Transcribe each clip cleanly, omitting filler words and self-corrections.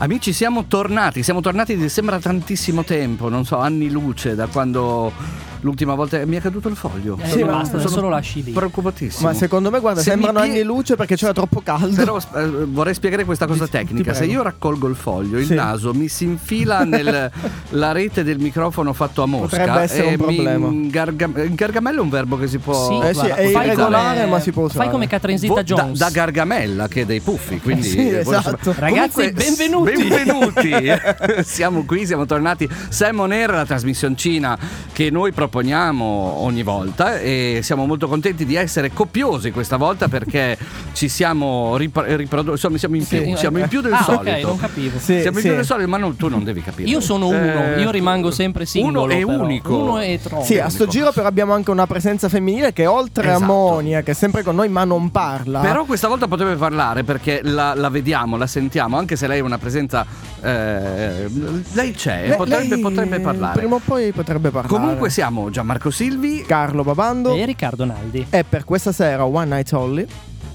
Amici, siamo tornati, sembra tantissimo tempo, non so, anni luce da quando l'ultima volta mi è caduto il foglio. Sì, basta, solo lasci lì. Preoccupatissimo. Ma secondo me, guarda, sembrano anni luce perché c'era troppo caldo. Però vorrei spiegare questa cosa tecnica. Se io raccolgo il foglio, il naso mi si infila nella rete del microfono fatto a mosca. Potrebbe essere un problema. Gargamella è un verbo che si può. Sì, è irregolare, ma si può usare. Fai come Catherine Zeta-Jones. Da Gargamella, che è dei puffi. Quindi sì, esatto. Ragazzi, benvenuti. Siamo qui, siamo tornati. Sam On Air, la trasmissioncina che noi proponiamo ogni volta, e siamo molto contenti di essere copiosi questa volta perché ci siamo riprodotti. Insomma, siamo in più del solito. Ok, non capivo. Siamo in più del solito, ma tu non devi capire. Io sono uno, io rimango sempre singolo. Uno è unico. Uno è troppo. Sì, a sto giro però abbiamo anche una presenza femminile che oltre a Monia, che è sempre con noi ma non parla. Però questa volta potrebbe parlare perché la vediamo, la sentiamo, anche se lei è una presenza. Lei c'è, potrebbe parlare. Prima o poi potrebbe parlare. Comunque siamo Gianmarco Silvi, Carlo Babando e Riccardo Naldi. E per questa sera One Night Only.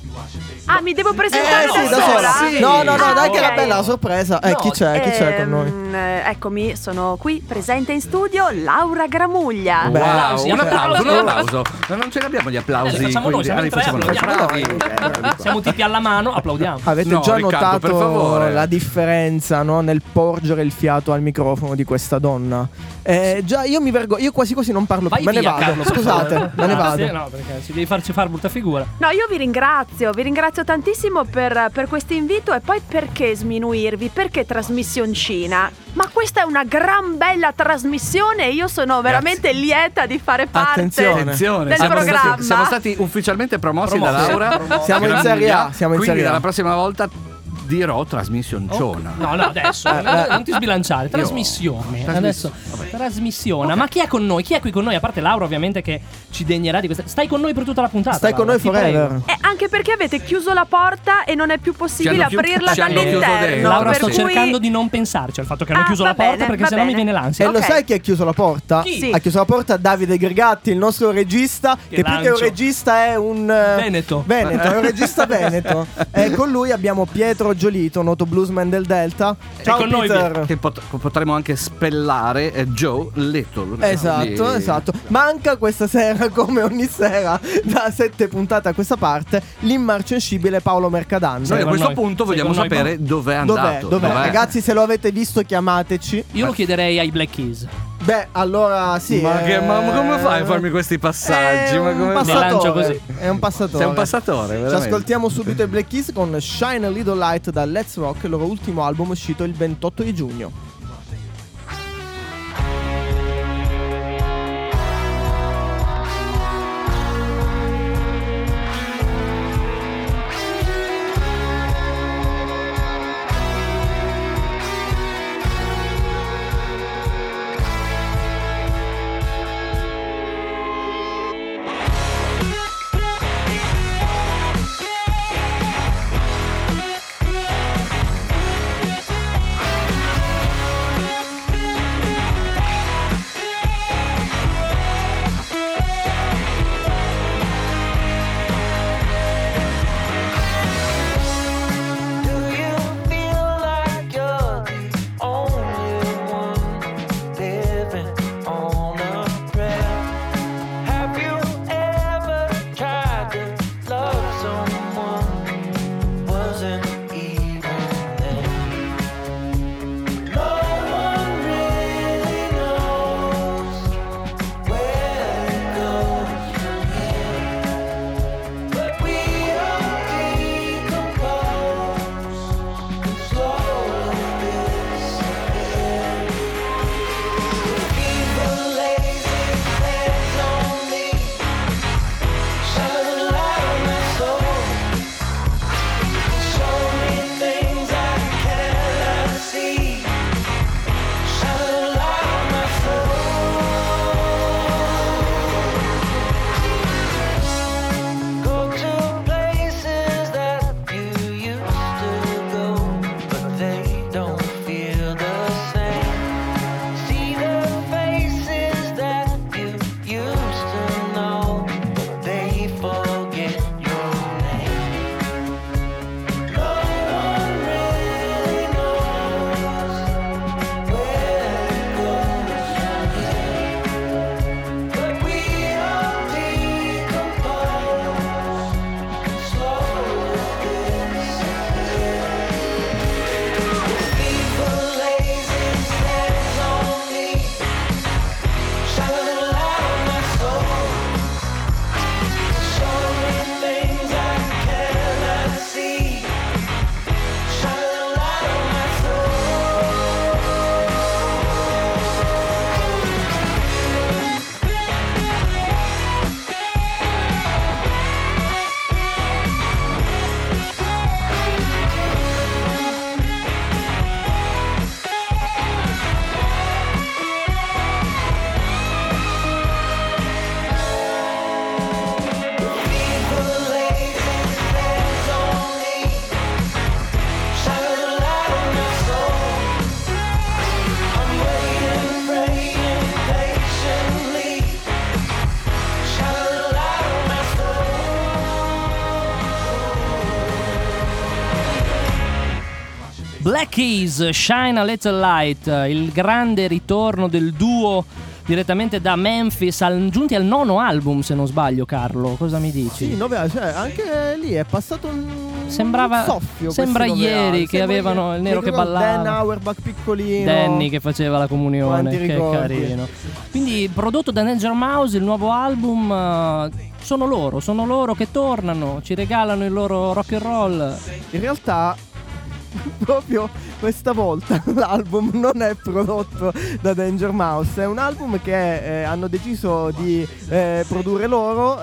Ah, mi devo presentare sì, da sola. Sì. No, dai, okay. che era bella la sorpresa. Chi c'è con noi? Eccomi, sono qui presente in studio Laura Gramuglia. Wow, un applauso. Non ce ne abbiamo gli applausi. Facciamo noi, siamo bravi. Siamo tipi alla mano, applaudiamo. Avete già Riccardo, notato per favore, la differenza, no, nel porgere il fiato al microfono di questa donna? Già io mi vergogno, io quasi non parlo più. Me ne vado. Carlo, scusate, me ne vado. Sì, no, perché ci devi farci fare brutta figura. No, io vi ringrazio tantissimo per questo invito, e poi perché sminuirvi, perché trasmissioncina? Ma questa è una gran bella trasmissione e io sono veramente lieta di fare parte Attenzione. del programma. Siamo stati ufficialmente promossi da Laura. Siamo in Serie A. Quindi dalla prossima volta dirò trasmissionciona. No, adesso non ti sbilanciare. Trasmissione. Adesso trasmissiona. Ma chi è con noi? Chi è qui con noi? A parte Laura, ovviamente, che ci degnerà di questa. Stai con noi per tutta la puntata. Stai con noi forever. Anche perché avete chiuso la porta e non è più possibile aprirla dall'interno. Laura, sto cercando di non pensarci al fatto che hanno chiuso la porta, perché sennò mi viene l'ansia. E lo sai chi ha chiuso la porta? Chi? Ha chiuso la porta Davide Gregatti, il nostro regista, che più che un regista è un Veneto, è un regista veneto. E con lui abbiamo Pietro Giolito, noto bluesman del Delta. Ciao con Peter. noi che potremmo anche spellare Joe Little. Esatto. Manca questa sera, come ogni sera da 7 puntate a questa parte, l'immarcescibile Paolo Mercadante. Noi a questo punto vogliamo sapere dov'è andato. Dov'è? Ragazzi, se lo avete visto chiamateci. Io lo chiederei ai Black Keys. Beh, allora sì. Ma come fai a farmi questi passaggi? È un passatore così. È un passatore. Sei un passatore, veramente. Ci ascoltiamo subito i Black Keys con Shine a Little Light da Let's Rock, il loro ultimo album uscito il 28 di giugno. Black Keys, Shine a Little Light, il grande ritorno del duo direttamente da Memphis, giunti al 9° album se non sbaglio. Carlo, cosa mi dici? Sì, cioè, anche lì è passato un soffio. Sembra ieri che avevano il nero che ballava, Dan Auerbach piccolino, Danny che faceva la comunione, che carino. Quindi prodotto da Danger Mouse, il nuovo album. Sono loro che tornano, ci regalano il loro rock and roll. In realtà proprio questa volta l'album non è prodotto da Danger Mouse, è un album che hanno deciso di produrre loro,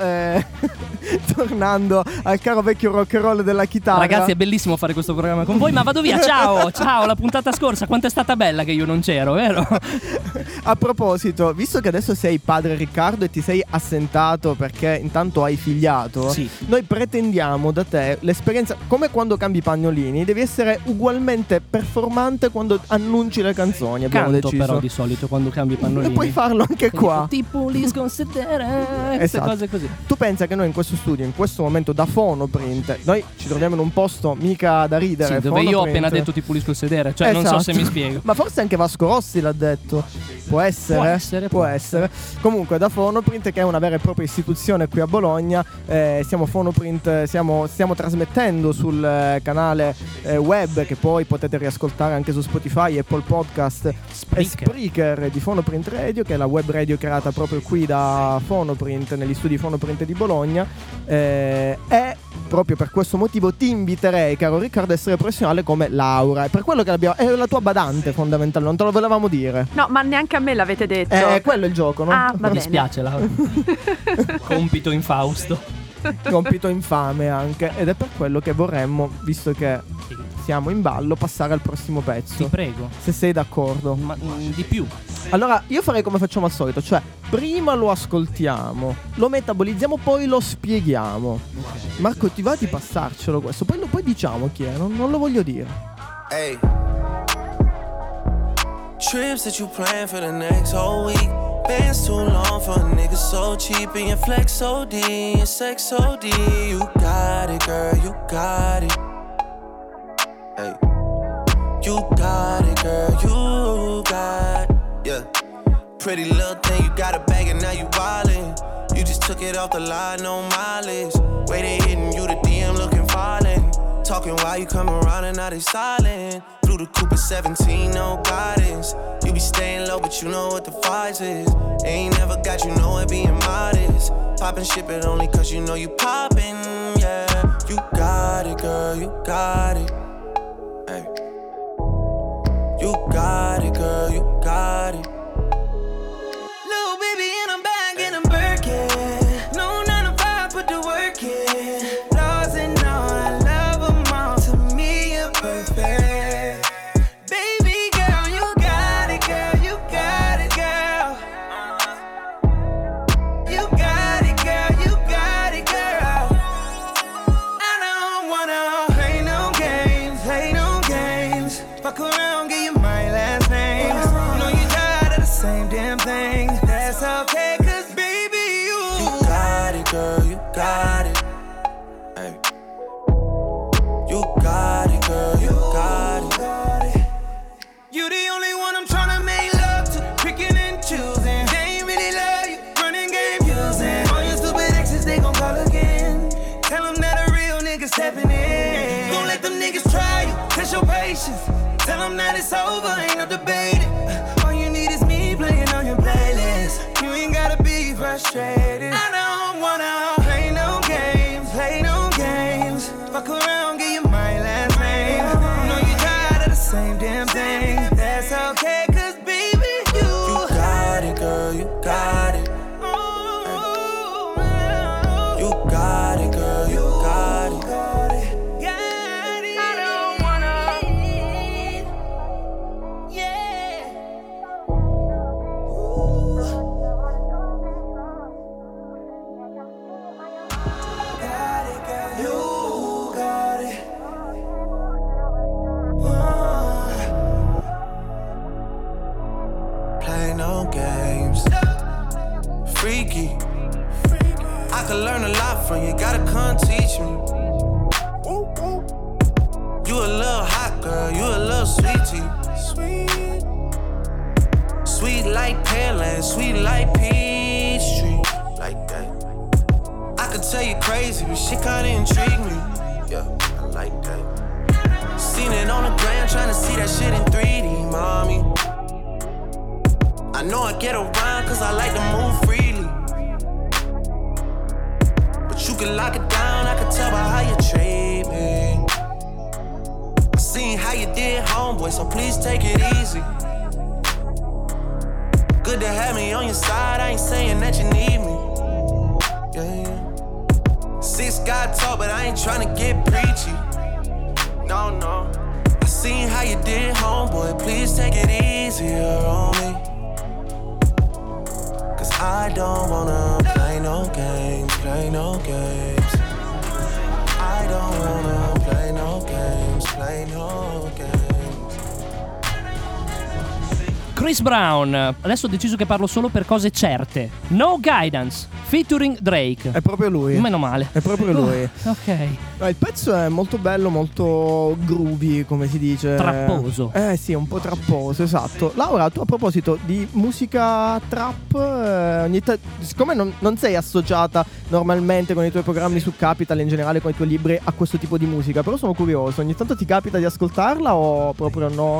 tornando al caro vecchio rock and roll della chitarra. Ragazzi, è bellissimo fare questo programma con voi, ma vado via, ciao, la puntata scorsa quanto è stata bella che io non c'ero, vero? A proposito, visto che adesso sei padre Riccardo e ti sei assentato perché intanto hai figliato, sì, noi pretendiamo da te l'esperienza, come quando cambi i pannolini, devi essere ugualmente performante quando annunci le canzoni. Abbiamo Canto deciso. però di solito quando cambi i pannolini. E puoi farlo anche qua. Ti pulisco sedere, queste cose così. Tu pensa che noi in questo studio, in questo momento da Phonoprint, noi ci troviamo in un posto mica da ridere, sì, dove io ho appena detto ti pulisco il sedere, cioè non so se mi spiego. Ma forse anche Vasco Rossi l'ha detto. Può essere. Comunque da Phonoprint, che è una vera e propria istituzione qui a Bologna, siamo Phonoprint, stiamo trasmettendo sul canale web, che poi potete riascoltare anche su Spotify, Apple Podcast e Spreaker di Phonoprint Radio, che è la web radio creata proprio qui da Phonoprint, negli studi Phonoprint di Bologna, e proprio per questo motivo ti inviterei, caro Riccardo, a essere professionale come Laura. È per quello che l'abbiamo. È la tua badante fondamentale, non te lo volevamo dire. No, ma neanche a me l'avete detto. Quello è il gioco, no? Ah, va Mi bene. dispiace, Laura. Compito infausto. Compito infame anche. Ed è per quello che vorremmo, visto che siamo in ballo, passare al prossimo pezzo. Ti prego. Se sei d'accordo. Ma di più. Allora, io farei come facciamo al solito, cioè prima lo ascoltiamo, lo metabolizziamo, poi lo spieghiamo. Okay. Marco, ti va di passarcelo questo? Poi diciamo chi è, non lo voglio dire. Hey. Trips that you plan for the next whole week. Bands too long for a nigga so cheap. And your flex OD, your sex OD. You got it, girl, you got it. Hey. You got it, girl, you got it. Yeah. Pretty little thing, you got a bag and now you wildin'. You just took it off the line, no mileage. Way they hitting you, the DM looking violent. Talking while you come around and now they silent. Through the coupe at 17, no guidance. You be staying low, but you know what the price is. Ain't never got you know it being modest. Poppin' shit, but only cause you know you poppin', yeah. You got it, girl, you got it. Hey. You got it, girl, you got it. Little baby, and I'm back in a Birkin. No 9 to 5, put the work in. Laws and all, I love them all. To me, you're perfect. Baby girl, you got it, girl, you got it, girl. You got it, girl, you got it, girl. I don't wanna play no games, play no games. Fuck around, give you my last name. Know you tired of the same damn thing. That's okay, cause baby, you got it, girl, you got it. Hey. You got it, girl, you got it. You the only one I'm tryna make love to, picking and choosing. They ain't really love you, running game using. All your stupid exes, they gon' call again. Tell them that a real nigga stepping in. Don't let them niggas try you, test your patience. Tell them that it's over, ain't no debating. All you need is me playing on your playlist. You ain't gotta be frustrated. I don't wanna play no games, play no games. Fuck around, give you my last name. Know you tired of the same damn thing. That's okay, cause baby, you got it, girl, you got it. You got it, girl, you got it. I don't wanna, yeah. Got it, girl, you got it. Play no games. Freaky. I could learn a lot from you, gotta come teach me. You a little hot girl, you a little sweetie. Sweet like Pearland, sweet like Peachtree. Like that. I could tell you crazy, but shit kinda intrigue me. Yeah, I like that. Seen it on the gram, tryna see that shit in 3D, mommy. I know I get around cause I like to move freely. But you can lock it down, I can tell by how you treat me. I seen how you did, homeboy, so please take it easy. Good to have me on your side, I ain't saying that you need me. Yeah. 6 got tall, but I ain't tryna get preachy. No, no. I seen how you did, homeboy, please take it easier on me. Cause I don't wanna play no games, play no games. I don't wanna play no games, play no games. Chris Brown, adesso ho deciso che parlo solo per cose certe. No Guidance, featuring Drake. È proprio lui. Meno male. È proprio lui. Ok. No, il pezzo è molto bello, molto groovy, come si dice. Trapposo. Sì, un po' trapposo, esatto. Laura, tu a proposito di musica trap, siccome non sei associata normalmente con i tuoi programmi su Capital, in generale con i tuoi libri, a questo tipo di musica, però sono curioso, ogni tanto ti capita di ascoltarla o proprio no?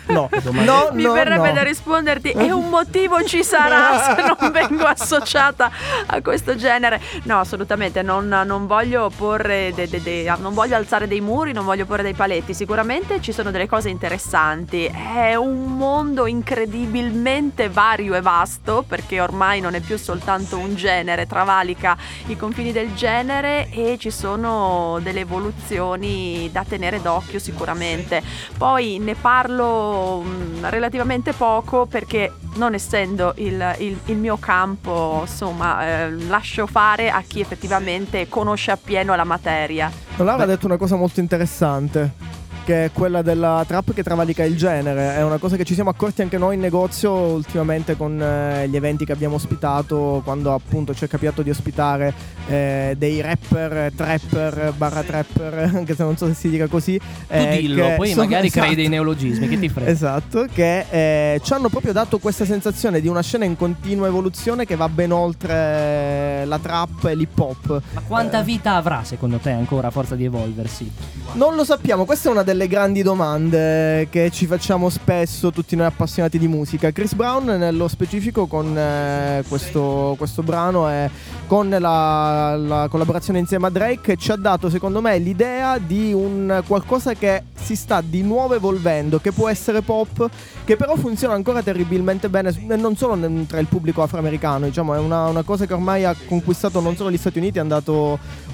Mi verrebbe da risponderti, e un motivo ci sarà se non vengo associata a questo genere. No, assolutamente, non voglio porre non voglio alzare dei muri, non voglio porre dei paletti. Sicuramente ci sono delle cose interessanti. È un mondo incredibilmente vario e vasto, perché ormai non è più soltanto un genere, travalica i confini del genere e ci sono delle evoluzioni da tenere d'occhio sicuramente. Poi ne parlo relativamente poco perché, non essendo il mio campo, insomma, lascio fare a chi effettivamente conosce appieno la materia. Laura ha detto una cosa molto interessante, che è quella della trap che travalica il genere. È una cosa che ci siamo accorti anche noi in negozio ultimamente con gli eventi che abbiamo ospitato, quando appunto ci è capitato di ospitare dei rapper, trapper, /trapper, anche se non so se si dica così. Tu dillo, poi magari crei dei neologismi, che ti frega. Esatto, che ci hanno proprio dato questa sensazione di una scena in continua evoluzione che va ben oltre la trap e l'hip hop. Ma quanta vita avrà secondo te ancora a forza di evolversi? Non lo sappiamo, questa è una delle grandi domande che ci facciamo spesso tutti noi appassionati di musica. Chris Brown nello specifico con questo brano e con la collaborazione insieme a Drake ci ha dato secondo me l'idea di un qualcosa che si sta di nuovo evolvendo, che può essere pop, che però funziona ancora terribilmente bene non solo tra il pubblico afroamericano, diciamo, è una cosa che ormai ha conquistato non solo gli Stati Uniti, è andato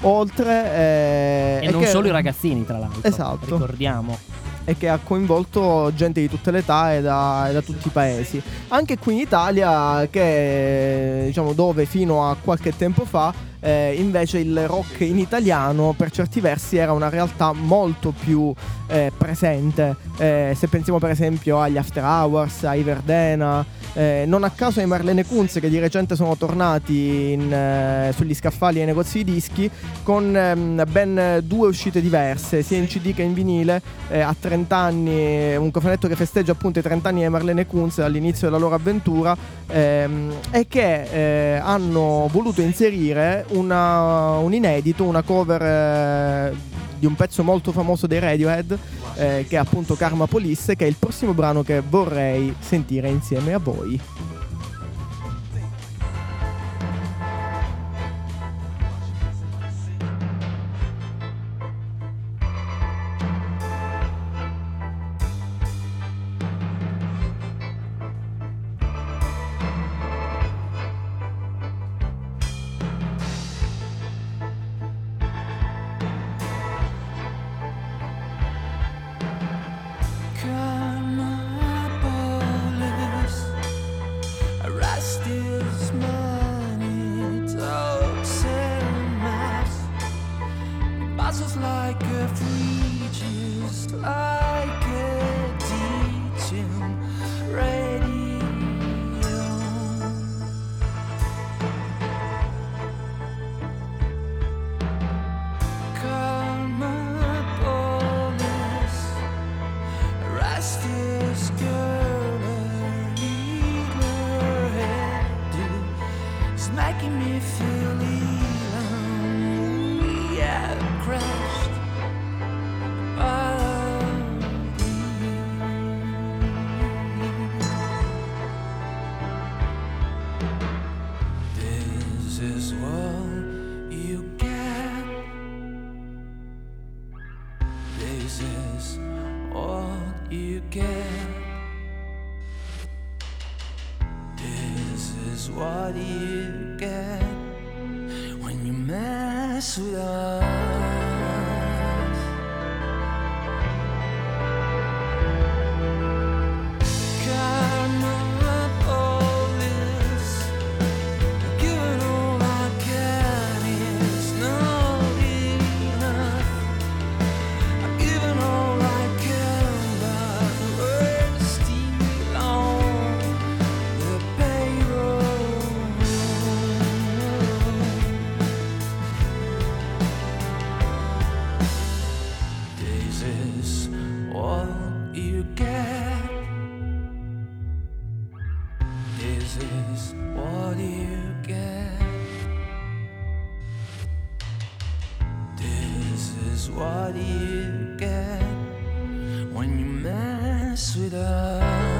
oltre e non solo i ragazzini, tra l'altro. Esatto. Ricordiamo. E che ha coinvolto gente di tutte le età e da tutti i paesi. Anche qui in Italia, che diciamo dove fino a qualche tempo fa invece il rock in italiano per certi versi era una realtà molto più presente. Se pensiamo per esempio agli After Hours, ai Verdena, non a caso ai Marlene Kunz, che di recente sono tornati sugli scaffali e ai negozi di dischi con ben 2 uscite diverse, sia in CD che in vinile, a 30 anni, un cofanetto che festeggia appunto i 30 anni ai Marlene Kunz all'inizio della loro avventura, e che hanno voluto inserire un inedito, una cover di un pezzo molto famoso dei Radiohead, che è appunto Karma Police, che è il prossimo brano che vorrei sentire insieme a voi. crashed This is what you get. This is what you get. This is what you get when you mess with us. What you get when you mess with us.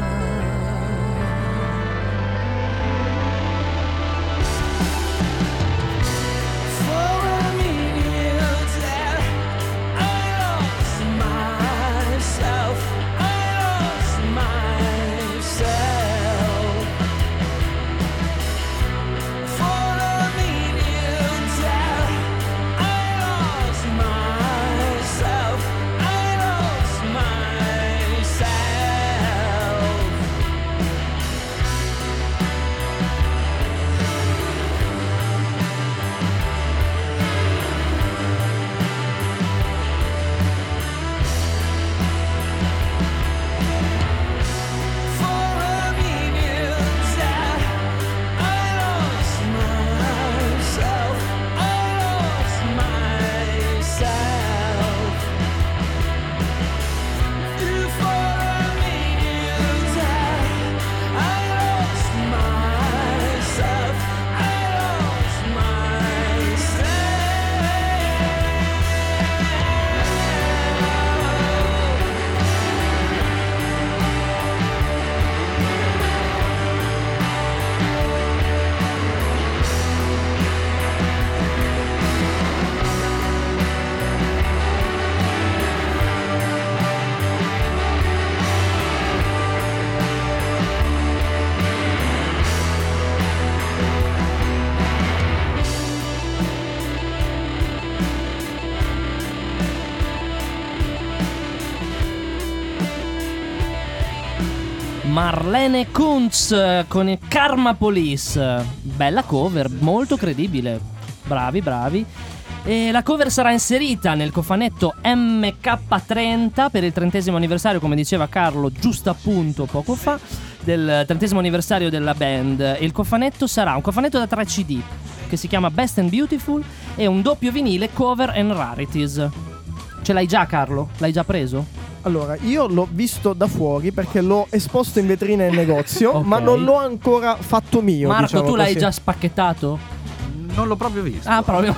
Marlene Kuntz con il Karma Police. Bella cover, molto credibile. Bravi, bravi. E la cover sarà inserita nel cofanetto MK30 per il 30° anniversario, come diceva Carlo giusto appunto poco fa, del 30° anniversario della band. Il cofanetto sarà un cofanetto da 3 CD che si chiama Best and Beautiful e un doppio vinile Cover and Rarities. Ce l'hai già, Carlo? L'hai già preso? Allora, io l'ho visto da fuori perché l'ho esposto in vetrina nel negozio, okay, ma non l'ho ancora fatto mio. Marco, diciamo tu l'hai così. Già spacchettato? Non l'ho proprio visto. Ah, proprio.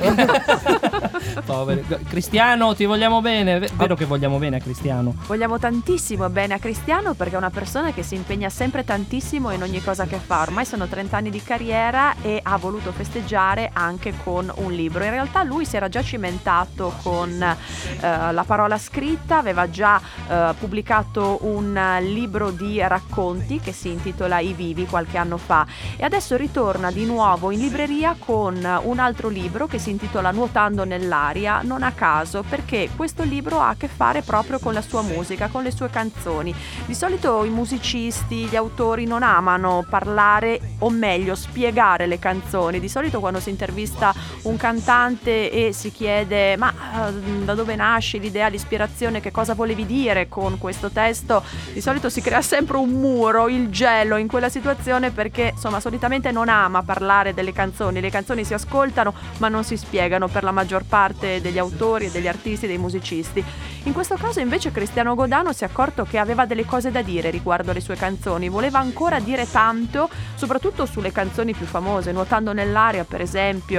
Povero. Cristiano, ti vogliamo bene. Vero che vogliamo bene a Cristiano. Vogliamo tantissimo bene a Cristiano perché è una persona che si impegna sempre tantissimo in ogni cosa che fa. Ormai sono 30 anni di carriera e ha voluto festeggiare anche con un libro. In realtà lui si era già cimentato con la parola scritta, aveva già pubblicato un libro di racconti che si intitola I Vivi qualche anno fa e adesso ritorna di nuovo in libreria con un altro libro che si intitola Nuotando nell'aria, non a caso perché questo libro ha a che fare proprio con la sua musica, con le sue canzoni. Di solito i musicisti, gli autori non amano parlare o meglio spiegare le canzoni. Di solito quando si intervista un cantante e si chiede ma da dove nasce l'idea, l'ispirazione, che cosa volevi dire con questo testo, di solito si crea sempre un muro, il gelo in quella situazione perché insomma solitamente non ama parlare delle canzoni. Le canzoni si ascoltano ma non si spiegano per la maggior parte degli autori, degli artisti, dei musicisti. In questo caso invece Cristiano Godano si è accorto che aveva delle cose da dire riguardo le sue canzoni, voleva ancora dire tanto, soprattutto sulle canzoni più famose. Nuotando nell'aria per esempio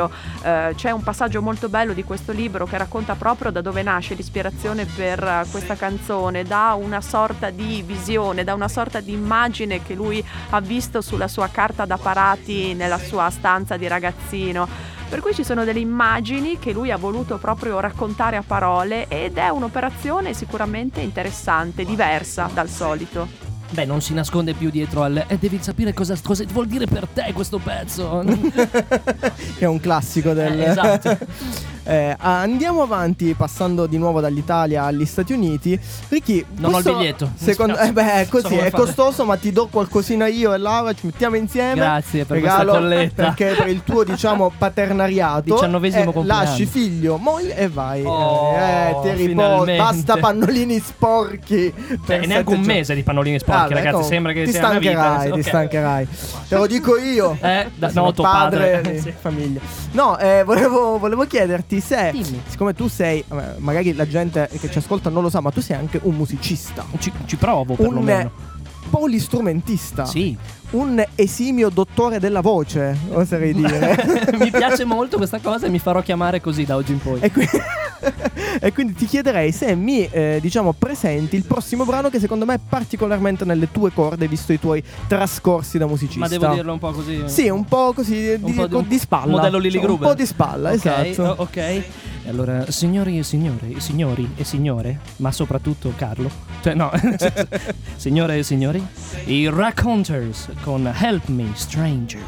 c'è un passaggio molto bello di questo libro che racconta proprio da dove nasce l'ispirazione per questa canzone, da una sorta di visione, da una sorta di immagine che lui ha visto sulla sua carta da parati nella sua stanza di ragazzino. Per cui ci sono delle immagini che lui ha voluto proprio raccontare a parole ed è un'operazione sicuramente interessante, diversa dal solito. Beh, non si nasconde più dietro al devi sapere cosa vuol dire per te questo pezzo. È un classico del esatto. Andiamo avanti, passando di nuovo dall'Italia agli Stati Uniti. Ricky, non ho il biglietto. Secondo così è costoso, ma ti do qualcosina io e Laura, ci mettiamo insieme. Grazie per regalo, questa colletta. perché per il tuo paternariato 19° compleanno. lasci figlio, moglie e vai. Ti riposi, finalmente. basta pannolini sporchi. Neanche un mese di pannolini sporchi, ragazzi. Ecco, sembra che ti sia una vita. ti stancherai. Te lo dico io. No, tuo padre di famiglia. No, volevo chiederti se, Dimmi. siccome tu sei, magari la gente che ci ascolta non lo sa, ma tu sei anche un musicista, ci provo perlomeno. Polistrumentista. Sì. Un esimio dottore della voce, oserei dire. Mi piace molto questa cosa e mi farò chiamare così da oggi in poi. E quindi ti chiederei se mi presenti il prossimo brano che secondo me è particolarmente nelle tue corde, visto i tuoi trascorsi da musicista. Ma devo dirlo un po' così? Sì, un po' così di spalla. Modello Lily Gruber. Un po' di spalla, esatto. Ok. E allora, signori e signore, ma soprattutto Carlo. Cioè no. Signore e signori, i Raconteurs con Help Me Stranger.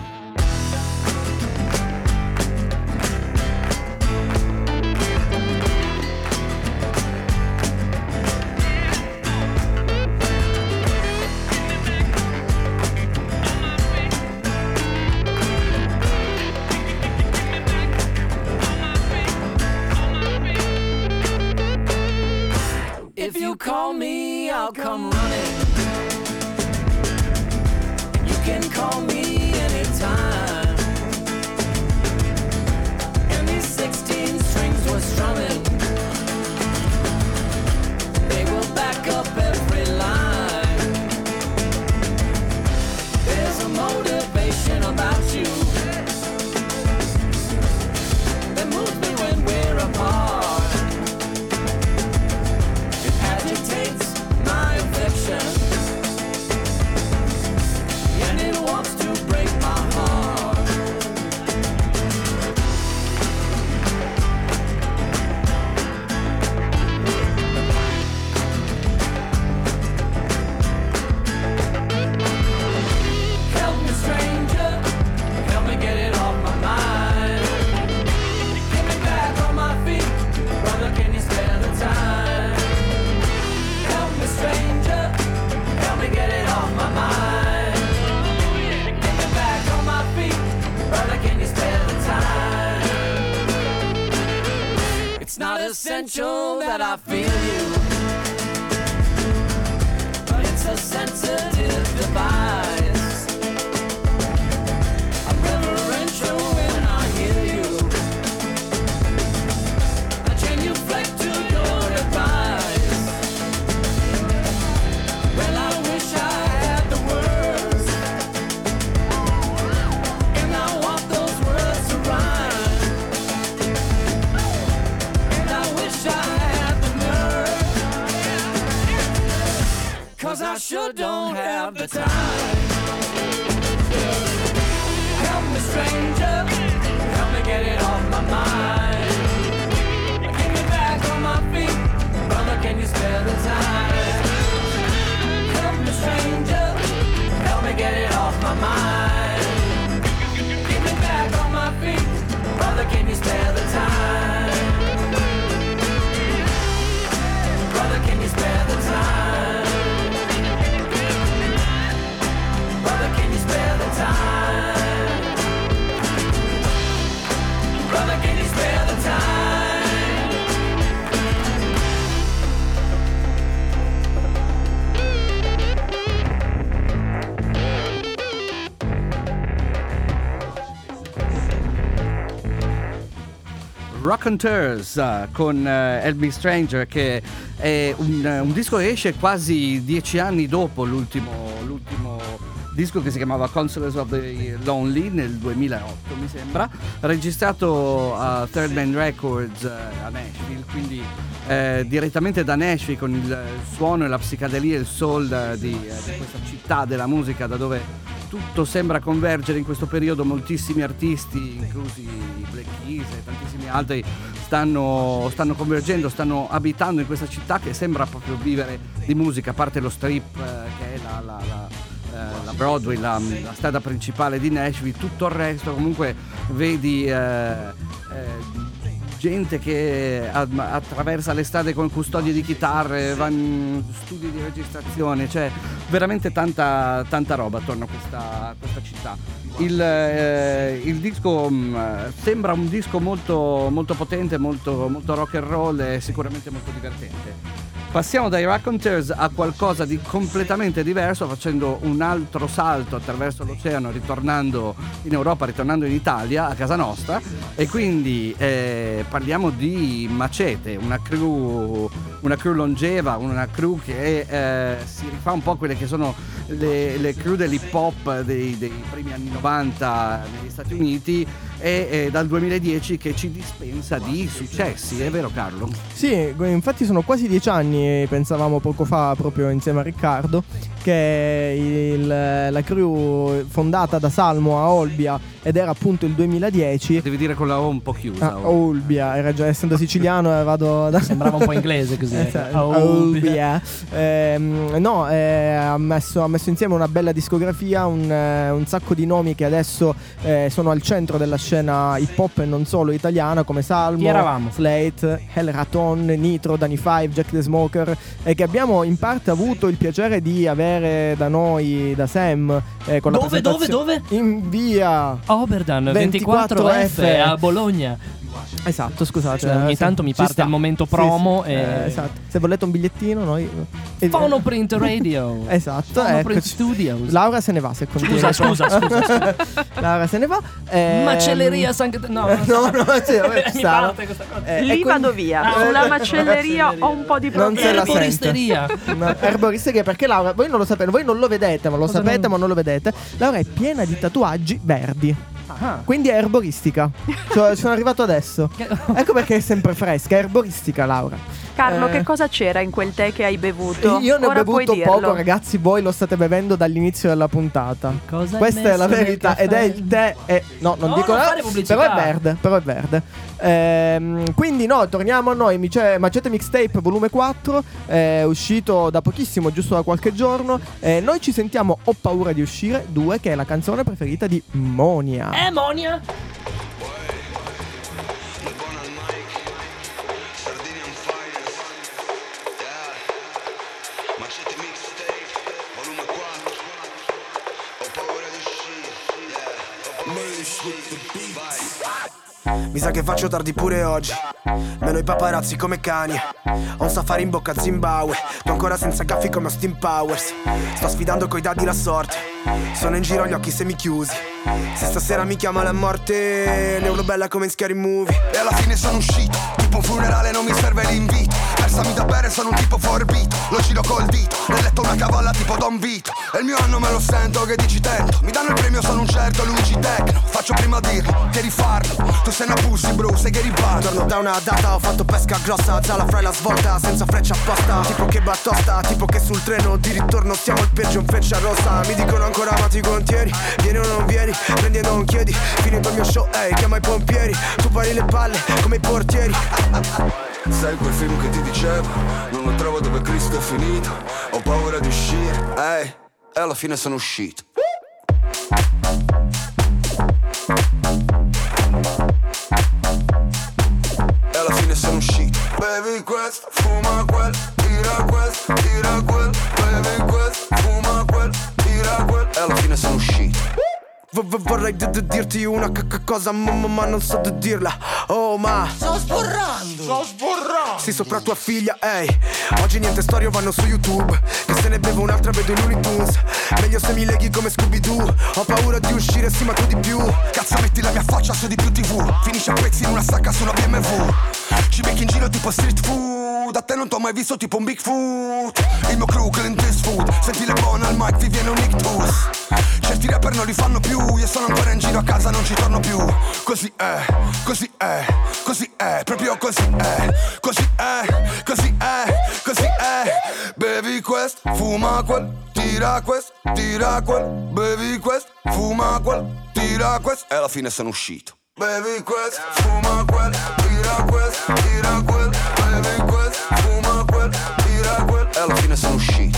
If you call me, I'll come running. You can call me anytime. And these 16 strings were strumming. They will back up every line. There's a motivation about you that moves me when we're apart. Agitates my affection, and it wants to break my heart. Help me, stranger, help me get it off my mind. Get me back on my feet, brother, can you spare the time? Stranger, help me get it off my mind. Get me back on my feet, brother, can you spare the time? It's not essential that I feel you, but it's a sensitive device. I'm reverential when I hear you, a genuflect to your advice. Well, I wish I had the words, and I want those words to rhyme. And I wish I had the nerve, 'cause I sure don't have the time. Help me, stranger, help me get it off my mind. Get me back on my feet, brother, can you spare the time? Stranger, help me get it off my mind. Get me back on my feet, brother, can you spare the time? Brother, can you spare the time? Brother, can you spare the time? Brother, can you spare the time? Raconteurs con Help Me Stranger, che è un disco che esce quasi 10 anni dopo l'ultimo disco che si chiamava Consolers of the Lonely nel 2008 mi sembra, registrato a Third Man Records a Nashville, quindi direttamente da Nashville, con il suono e la psicadelia e il soul di questa città della musica, da dove tutto sembra convergere in questo periodo. Moltissimi artisti, inclusi i Black Keys e tantissimi altri, stanno convergendo, stanno abitando in questa città che sembra proprio vivere di musica, a parte lo Strip che è la Broadway, la strada principale di Nashville. Tutto il resto comunque vedi gente che attraversa le strade con custodie di chitarre, va in studi di registrazione, cioè veramente tanta roba attorno a questa città. Il disco sembra un disco molto, molto potente, molto, molto rock and roll e sicuramente molto divertente. Passiamo dai Raconteurs a qualcosa di completamente diverso, facendo un altro salto attraverso l'oceano, ritornando in Europa, ritornando in Italia, a casa nostra, e quindi parliamo di Macete, una crew longeva, una crew che si rifà un po' a quelle che sono le crew dell'hip hop dei primi anni 90 negli Stati Uniti, e dal 2010 che ci dispensa di successi, è vero Carlo? Sì, infatti sono quasi 10 anni, pensavamo poco fa proprio insieme a Riccardo, che la crew fondata da Salmo a Olbia, ed era appunto il 2010. Devi dire con la O un po' chiusa. Olbia, era già, essendo siciliano vado da... Sembrava un po' inglese così. Olbia. Ha messo insieme una bella discografia, un sacco di nomi che adesso sono al centro della scena hip hop e non solo italiana, come Salmo, Slate, El Raton, Nitro, Danny Five, Jack the Smoker, e che abbiamo in parte avuto il piacere di avere da noi, da Sam, con Dove? In via Oberdan 24F a Bologna. Esatto, scusate. Cioè, ogni tanto mi parte il momento promo. Esatto. Se volete un bigliettino, noi. Phonoprint Radio. Esatto. Phonoprint Studios. Laura se ne va, se continua. Scusa. Laura se ne va. Macelleria San No, mi parte questa cosa. Lì vado via. Sulla macelleria ho un po' di problemi. Erboristeria. Erboristeria, perché Laura, voi non lo sapete, voi non lo vedete, ma lo sapete, ma non lo vedete. Laura è piena di tatuaggi verdi. Quindi è erboristica. Sono arrivato adesso. Ecco perché è sempre fresca. È erboristica, Laura. Carlo, che cosa c'era in quel tè che hai bevuto? Io ne ho Ora bevuto poco, ragazzi. Voi lo state bevendo dall'inizio della puntata. Questa è la verità. Ed è il tè. No, non dico nada. Però è verde. Quindi torniamo a noi. Macete Mixtape volume 4 è uscito da pochissimo, giusto da qualche giorno. Noi ci sentiamo Ho paura di uscire 2, che è la canzone preferita di Monia. Monia? Mi sa che faccio tardi pure oggi. Meno i paparazzi come cani. Ho un safari in bocca a Zimbabwe. Tu ancora senza caffi come Austin Powers. Sto sfidando coi dadi la sorte. Sono in giro gli occhi semichiusi. Se stasera mi chiama la morte, ne uno bella come in Scary Movie. E alla fine sono uscito, tipo un funerale non mi serve l'invito. Versami da bere, sono un tipo forbito. Lo giro col dito, nel letto una cavalla tipo Don Vito. E il mio anno me lo sento che dici tento. Mi danno il premio, sono un certo Luigi Tecno. Faccio prima dirlo, che rifarlo. Tu sei una pussy bro, sei che riballo. Torno da una data, ho fatto pesca grossa. Zala fra la svolta, senza freccia apposta. Tipo che battosta, tipo che sul treno di ritorno siamo il peggio in freccia rossa. Mi dicono ancora ma ti contieni. Vieni o non vieni, prendi e non chiedi. Finito il mio show, chiama i pompieri. Tu pari le palle come i portieri. Sai quel film che ti dicevo? Non lo trovo dove Cristo è finito. Ho paura di uscire, e alla fine sono uscito. E alla fine sono uscito. Bevi questo, fuma quel, tira questo, tira quel. Bevi questo, fuma quel, tira quel. E alla fine sono uscito. Vorrei dirti una cosa ma non so dirla. Oh ma Sto sborrando. Sì, sopra tua figlia, oggi niente storie vanno su YouTube. Che se ne bevo un'altra vedo in Looney Tunes. Meglio se mi leghi come Scooby-Doo. Ho paura di uscire, sì ma tu di più. Cazzo metti la mia faccia su di più TV. Finisce a pezzi in una sacca su una BMW. Ci becchi in giro tipo street food. Da te non t'ho mai visto tipo un Bigfoot. Il mio crew Clint Eastwood, senti le buone al mic, vi viene un ictus. Certi rapper non li fanno più, io sono ancora in giro a casa, non ci torno più. Così è, così è, così è, proprio così è, così è, così è, così è. Bevi quest, fuma quel, tira quest, tira quel. Bevi quest, fuma quel, tira quest. E alla fine sono uscito. Bevi quest, fuma quel, tira quest, tira quel. Bevi quest, fuma quel, tira quel. E alla fine sono uscito.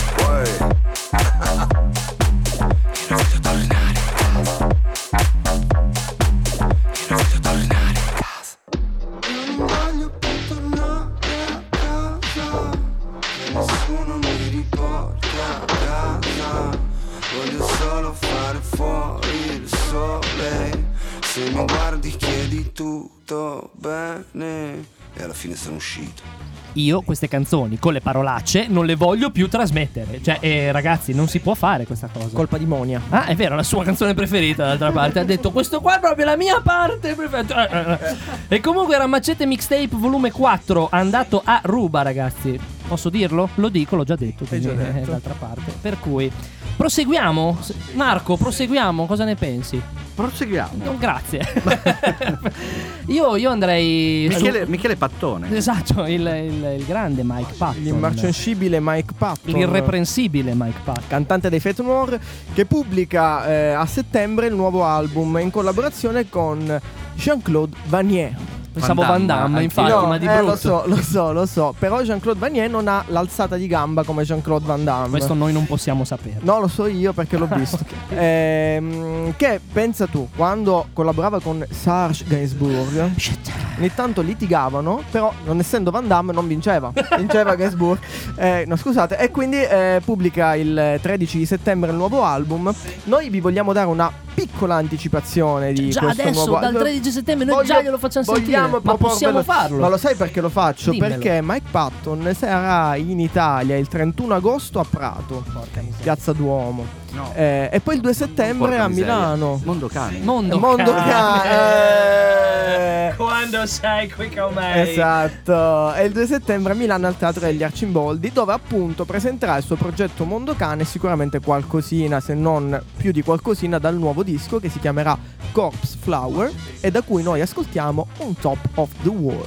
Nessuno mi riporta a casa. Voglio solo fare fuori il sole. Se mi guardi chiedi tutto bene. E alla fine sono uscito. Io queste canzoni con le parolacce non le voglio più trasmettere. Cioè, ragazzi, non si può fare questa cosa. Colpa di Monia. Ah, è vero, la sua canzone preferita, d'altra parte. Ha detto, questo qua è proprio la mia parte preferita. E comunque era Macete Mixtape volume 4, andato a ruba, ragazzi. Posso dirlo? Lo dico, l'ho già detto. Quindi, già detto. d'altra parte. Per cui, proseguiamo. Marco, proseguiamo. Cosa ne pensi? Proseguiamo. No, grazie. io andrei Michele Pattone. Esatto, il grande Mike Patton, L'immarcescibile Mike Patton, l'irreprensibile Mike Patton, cantante dei Fate Noir, che pubblica a settembre il nuovo album in collaborazione con Jean-Claude Vanier. Pensavo Van Damme, infatti, No, ma di brutto. lo so. Però Jean-Claude Vanier non ha l'alzata di gamba come Jean-Claude Van Damme. Questo noi non possiamo sapere. No, lo so io perché l'ho visto. Che pensa tu, quando collaborava con Serge Gainsbourg, ogni tanto litigavano, però non essendo Van Damme non vinceva. Vinceva Gainsbourg. No, scusate. E quindi pubblica il 13 di settembre il nuovo album. Noi vi vogliamo dare una piccola anticipazione di già questo adesso, nuovo dal 13 settembre noi già glielo facciamo sentire. Ma possiamo farlo? Ma lo sai perché lo faccio? Dimmelo. Perché Mike Patton sarà in Italia il 31 agosto a Prato, Piazza Duomo. No. E poi il 2 settembre a Milano. Mondo Cane. Mondo Cane. Quando sei qui con me. Esatto. E il 2 settembre a Milano al Teatro degli Arcimboldi, dove appunto presenterà il suo progetto Mondo Cane e sicuramente qualcosina, se non più di qualcosina, dal nuovo disco che si chiamerà Corpse Flower e da cui noi ascoltiamo On Top of the World.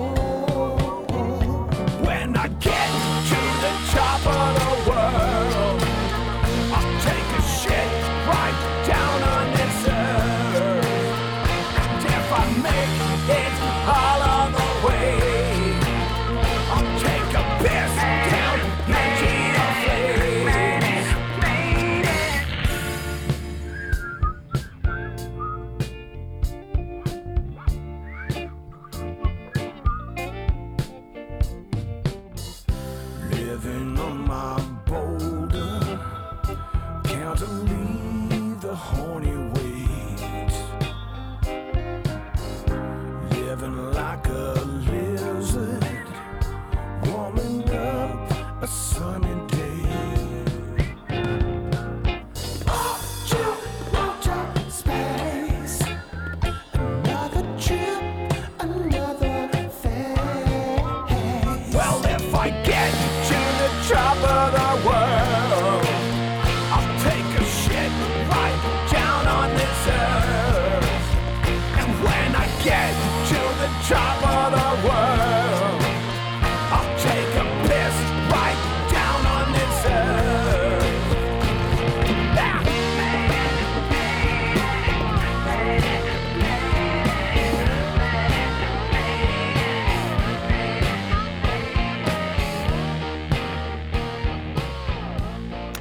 When I get to the top of the world,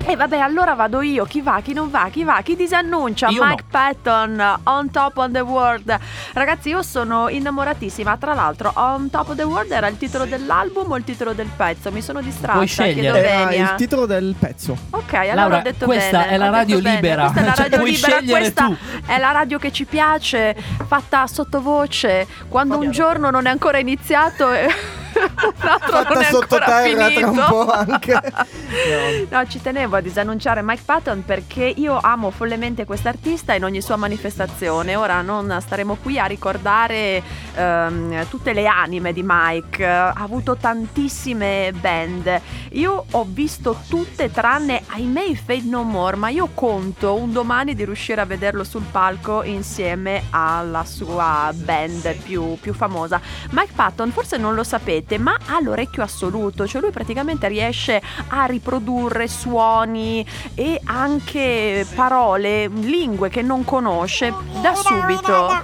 E vabbè, allora vado io. Chi va, chi non va, chi disannuncia? Io Mike Patton, On Top of the World. Ragazzi, io sono innamoratissima. Tra l'altro, On Top of the World era il titolo dell'album o il titolo del pezzo? Mi sono distratta. Puoi scegliere. chiedo Era venia. il titolo del pezzo. Ok, allora Laura, ho detto questa bene. è la ho radio detto bene. libera. Questa è la Cioè, radio puoi libera. scegliere Questa tu. è la radio che ci piace, fatta sottovoce, quando un giorno non è ancora iniziato e l'altro non Fatta è ancora sottoterra finito. tra un po' anche. No, ci tenevo a disannunciare Mike Patton perché io amo follemente quest'artista in ogni sua manifestazione. Ora non staremo qui a ricordare tutte le anime di Mike. Ha avuto tantissime band. Io ho visto tutte tranne ahimè i Fade No More, ma io conto un domani di riuscire a vederlo sul palco insieme alla sua band più famosa. Mike Patton, forse non lo sapete, ma ha l'orecchio assoluto, cioè lui praticamente riesce a riprodurre suoni e anche parole, lingue che non conosce da subito.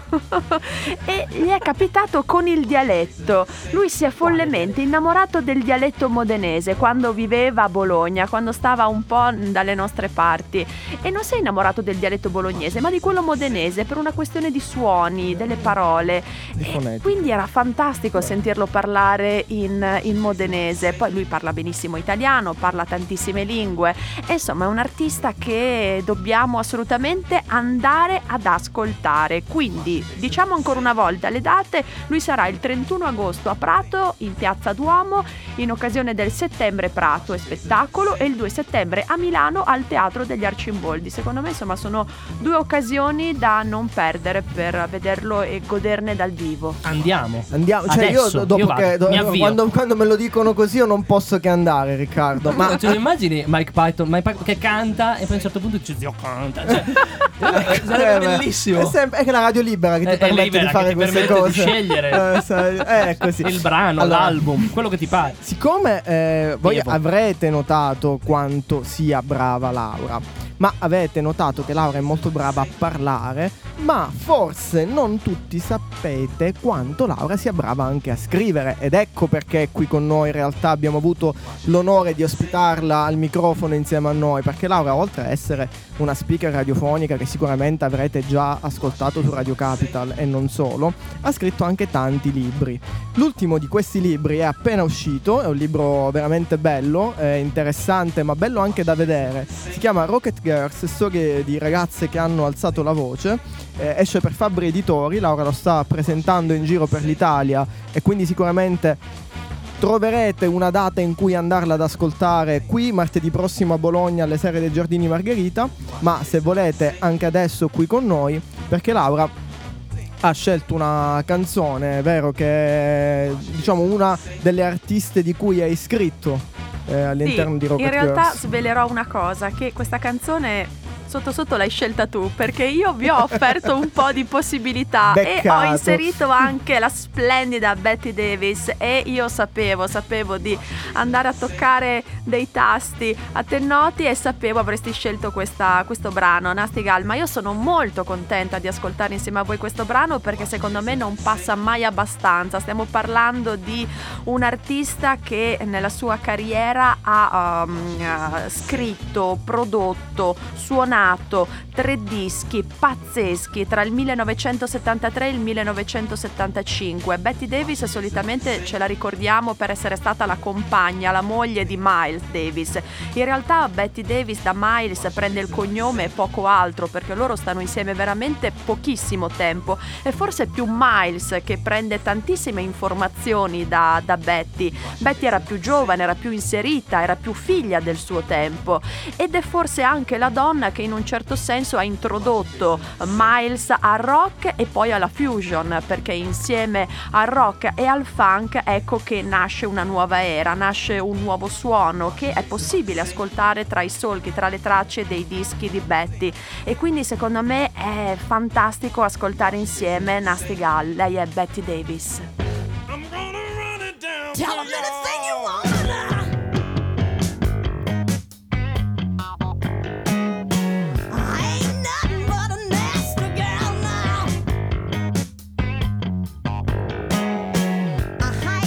E gli è capitato con il dialetto. Lui si è follemente innamorato del dialetto modenese quando viveva a Bologna, quando stava un po' dalle nostre parti, e non si è innamorato del dialetto bolognese ma di quello modenese per una questione di suoni, delle parole, e quindi era fantastico sentirlo parlare in modenese. Poi lui parla benissimo italiano, parla tantissime lingue e insomma è un artista che dobbiamo assolutamente andare ad ascoltare. Quindi diciamo ancora una volta le date: lui sarà il 31 agosto a Prato in Piazza Duomo in occasione del Settembre Prato e Spettacolo, e il 2 settembre a Milano al Teatro degli Arcimboldi. Secondo me insomma sono due occasioni da non perdere per vederlo e goderne dal vivo. Andiamo. Cioè Adesso, io dopo io vado, che mi avvio. quando me lo dicono così io non posso che andare, Riccardo. Ma tu immagini Mike Patton che canta e poi a un certo punto dice zio canta, cioè, sarebbe bellissimo. È che la radio libera che ti permette libera, di fare che ti queste permette cose. di scegliere È così. il brano, Allora, l'album, quello che ti pare. Siccome voi Devo. avrete notato quanto sia brava Laura, ma avete notato che Laura è molto brava a parlare, ma forse non tutti sapete quanto Laura sia brava anche a scrivere, ed ecco perché qui con noi in realtà abbiamo avuto l'onore di ospitarla al microfono insieme a noi, perché Laura, oltre a essere una speaker radiofonica che sicuramente avrete già ascoltato su Radio Capital e non solo, ha scritto anche tanti libri. L'ultimo di questi libri è appena uscito, è un libro veramente bello, interessante ma bello anche da vedere. Si chiama Rocket Girls, storie di ragazze che hanno alzato la voce. Esce per Fabbri Editori, Laura lo sta presentando in giro per l'Italia e quindi sicuramente troverete una data in cui andarla ad ascoltare qui martedì prossimo a Bologna alle Serre dei Giardini Margherita, ma se volete anche adesso qui con noi, perché Laura ha scelto una canzone, vero, che è diciamo una delle artiste di cui è iscritto all'interno di Rocket In realtà Girls. svelerò una cosa, che questa canzone sotto sotto l'hai scelta tu, perché io vi ho offerto un po' di possibilità e ho Beccato. inserito anche la splendida Betty Davis, e io sapevo di andare a toccare dei tasti a te noti e sapevo avresti scelto questo brano, Nasty Gal. Ma io sono molto contenta di ascoltare insieme a voi questo brano, perché secondo me non passa mai abbastanza. Stiamo parlando di un artista che nella sua carriera ha scritto, prodotto, suonato 3 dischi pazzeschi tra il 1973 e il 1975. Betty Davis solitamente ce la ricordiamo per essere stata la compagna, la moglie di Miles Davis. In realtà Betty Davis da Miles prende il cognome e poco altro, perché loro stanno insieme veramente pochissimo tempo. E forse più Miles che prende tantissime informazioni da Betty. Betty era più giovane, era più inserita, era più figlia del suo tempo, ed è forse anche la donna che in un certo senso ha introdotto Miles al rock e poi alla fusion, perché insieme al rock e al funk ecco che nasce una nuova era, nasce un nuovo suono che è possibile ascoltare tra i solchi, tra le tracce dei dischi di Betty. E quindi secondo me è fantastico ascoltare insieme Nasty Gal. Lei è Betty Davis.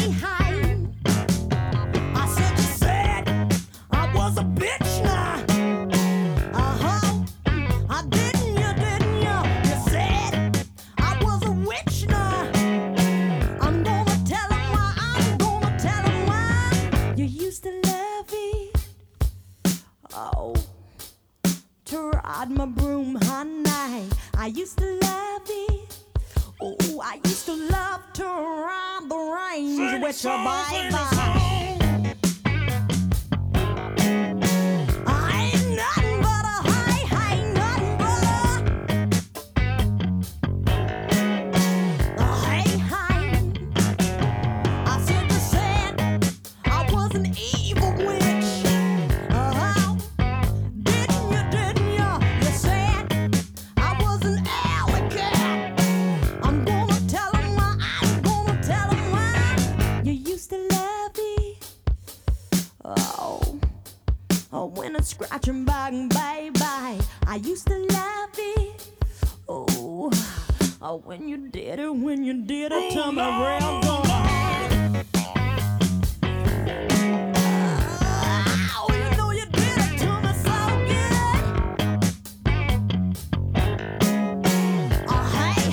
I said you said I was a bitch now. Oh, to ride my broom, honey, I used to love it. Oh, I used to love to ride the range with your baby. I ain't nothing but a nothing but a I said you said I was an evil witch. Didn't you? You said I was an alley cat. I'm gonna tell 'em why. You used to love me. Oh, when it's scratching back, baby, I used to love it. Oh, when you did it to me real good. Oh, you know you did it to me so good. Oh, hey,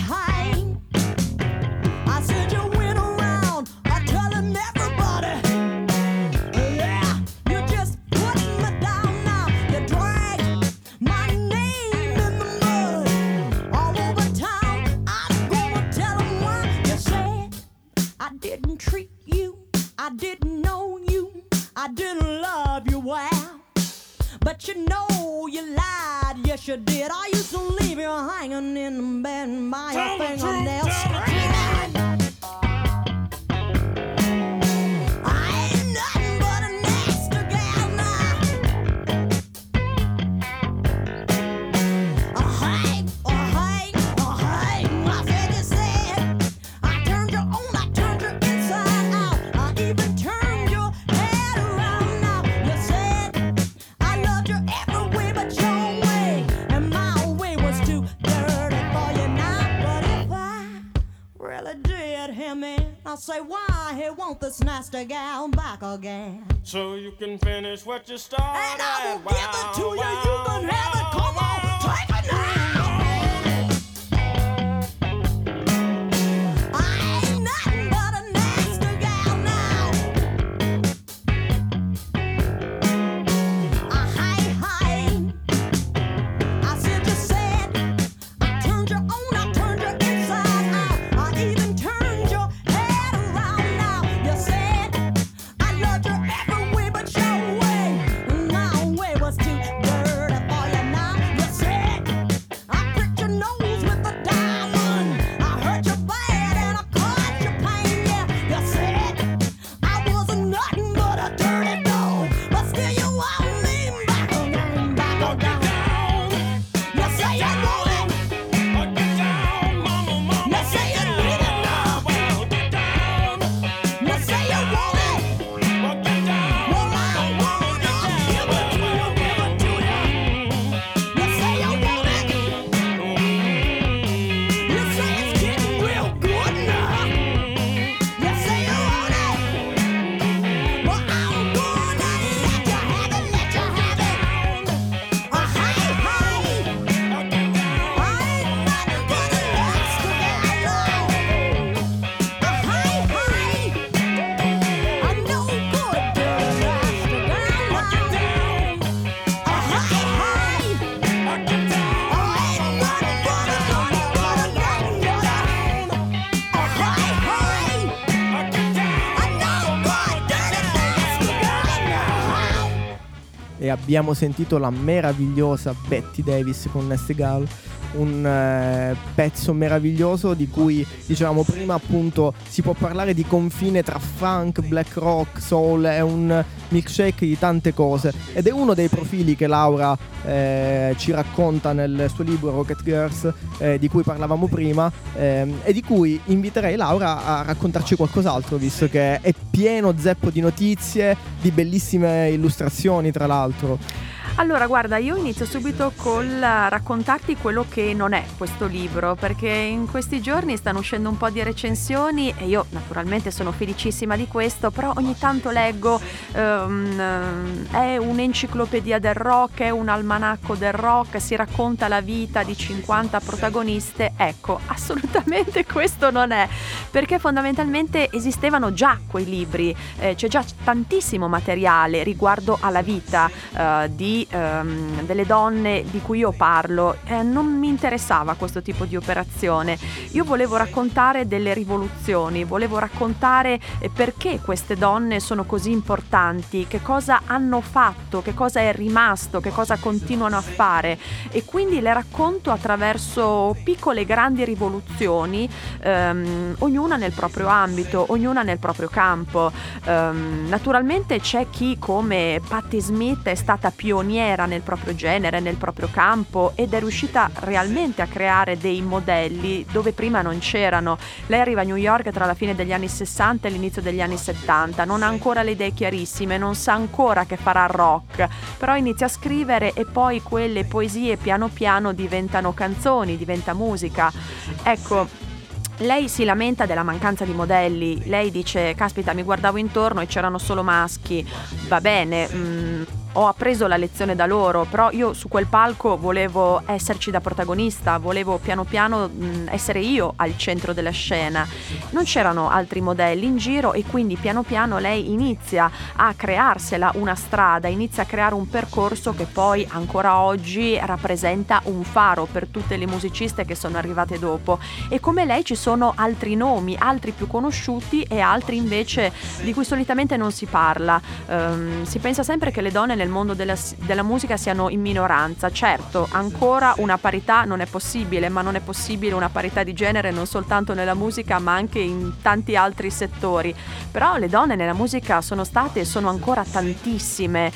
I said you went around telling everybody. Yeah, you just put me down now. You drag my name in the mud all over town. I'm gonna tell 'em why. You said I didn't treat you, I didn't know you, I didn't love you well. But you know you lied, yes you did. I used to leave you hanging in the bed by your fingernails. I ain't nothing but a nasty gal now. Oh hey, I said you said I turned you on, I turned you inside out. I even turned your head around now. You said I loved you every way but your way, and my way was too dirty for you now. But if I really did him in, I'll say why he want this nasty gal back again. So you can finish what you started. And I will give it to you, you can have it, come on, take it now. I ain't nothing but a nasty gal now. Hey, I said you said I turned you on, I turned you inside out. I even turned your head around now. You said I loved you every way but your way, and my way was too dirty for you now. You said I pricked your nose with a diamond, I hurt you bad and I caused you pain. Yeah, you said I wasn't nothing but a dirty dog, but still you want me back again, back again. You say you want it, you say you need it now. You say you want it, well I want it, I'll give it to you, give it to you. You say you want it, you say it's getting real good now. You say you want it, well I'm gonna let you have it, let you have it. Oh hey, I ain't nothing but a nasty gal now. Oh hey, I'm no good, dirty nasty gal now. Oh hey, I ain't nothing but a E abbiamo sentito la meravigliosa Betty Davis con Nasty Gal, un pezzo meraviglioso di cui dicevamo prima, appunto si può parlare di confine tra funk, black rock, soul, è un milkshake di tante cose ed è uno dei profili che Laura ci racconta nel suo libro Rocket Girls, di cui parlavamo prima, e di cui inviterei Laura a raccontarci qualcos'altro, visto che è pieno zeppo di notizie, di bellissime illustrazioni tra l'altro. Allora, guarda, io inizio subito col raccontarti quello che non è questo libro, perché in questi giorni stanno uscendo un po' di recensioni e io naturalmente sono felicissima di questo, però ogni tanto leggo è un'enciclopedia del rock, è un almanacco del rock, si racconta la vita di 50 protagoniste. Ecco, assolutamente questo non è, perché fondamentalmente esistevano già quei libri, c'è già tantissimo materiale riguardo alla vita di delle donne di cui io parlo, non mi interessava questo tipo di operazione. Io volevo raccontare delle rivoluzioni, volevo raccontare perché queste donne sono così importanti, che cosa hanno fatto, che cosa è rimasto, che cosa continuano a fare, e quindi le racconto attraverso piccole e grandi rivoluzioni, ognuna nel proprio ambito, ognuna nel proprio campo. Naturalmente c'è chi, come Patti Smith, è stata pioniera nel proprio genere, nel proprio campo, ed è riuscita realmente a creare dei modelli dove prima non c'erano. Lei arriva a New York tra la fine degli anni 60 e l'inizio degli anni 70, non ha ancora le idee chiarissime, non sa ancora che farà rock, però inizia a scrivere e poi quelle poesie piano piano diventano canzoni, diventa musica. Ecco, lei si lamenta della mancanza di modelli, lei dice: caspita, mi guardavo intorno e c'erano solo maschi. Va bene, ho appreso la lezione da loro, però io su quel palco volevo esserci da protagonista, volevo piano piano essere io al centro della scena. Non c'erano altri modelli in giro e quindi piano piano lei inizia a crearsela una strada, inizia a creare un percorso che poi ancora oggi rappresenta un faro per tutte le musiciste che sono arrivate dopo. E come lei ci sono altri nomi, altri più conosciuti e altri invece di cui solitamente non si parla. Si pensa sempre che le donne nel mondo della musica siano in minoranza. Certo, ancora una parità non è possibile, ma non è possibile una parità di genere non soltanto nella musica ma anche in tanti altri settori. Però le donne nella musica sono state e sono ancora tantissime,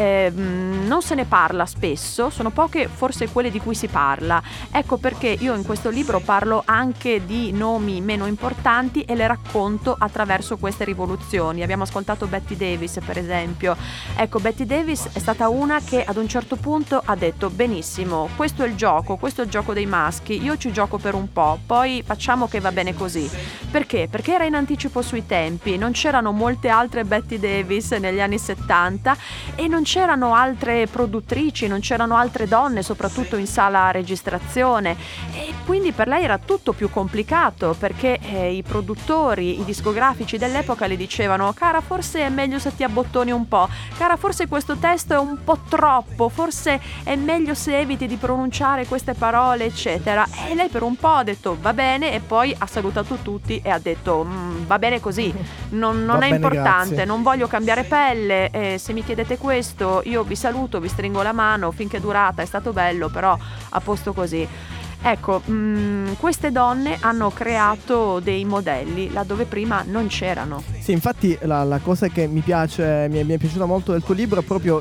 non se ne parla spesso, sono poche forse quelle di cui si parla. Ecco perché io in questo libro parlo anche di nomi meno importanti e le racconto attraverso queste rivoluzioni. Abbiamo ascoltato Betty Davis, per esempio. Ecco, Betty Davis è stata una che ad un certo punto ha detto: benissimo, questo è il gioco dei maschi, io ci gioco per un po', poi facciamo che va bene così. Perché? Perché era in anticipo sui tempi, non c'erano molte altre Betty Davis negli anni 70 e non c'erano altre produttrici, non c'erano altre donne, soprattutto in sala registrazione, e quindi per lei era tutto più complicato, perché i produttori, i discografici dell'epoca le dicevano: cara, forse è meglio se ti abbottoni un po', cara, forse questo testo è un po' troppo, forse è meglio se eviti di pronunciare queste parole, eccetera. E lei per un po' ha detto va bene, e poi ha salutato tutti e ha detto va bene così, non è bene, importante, grazie. non voglio cambiare pelle, se mi chiedete questo io vi saluto, vi stringo la mano, finché è durata è stato bello, però a posto così. Ecco, queste donne hanno creato dei modelli laddove prima non c'erano. Sì, infatti la cosa che mi piace, mi è piaciuta molto del tuo libro è proprio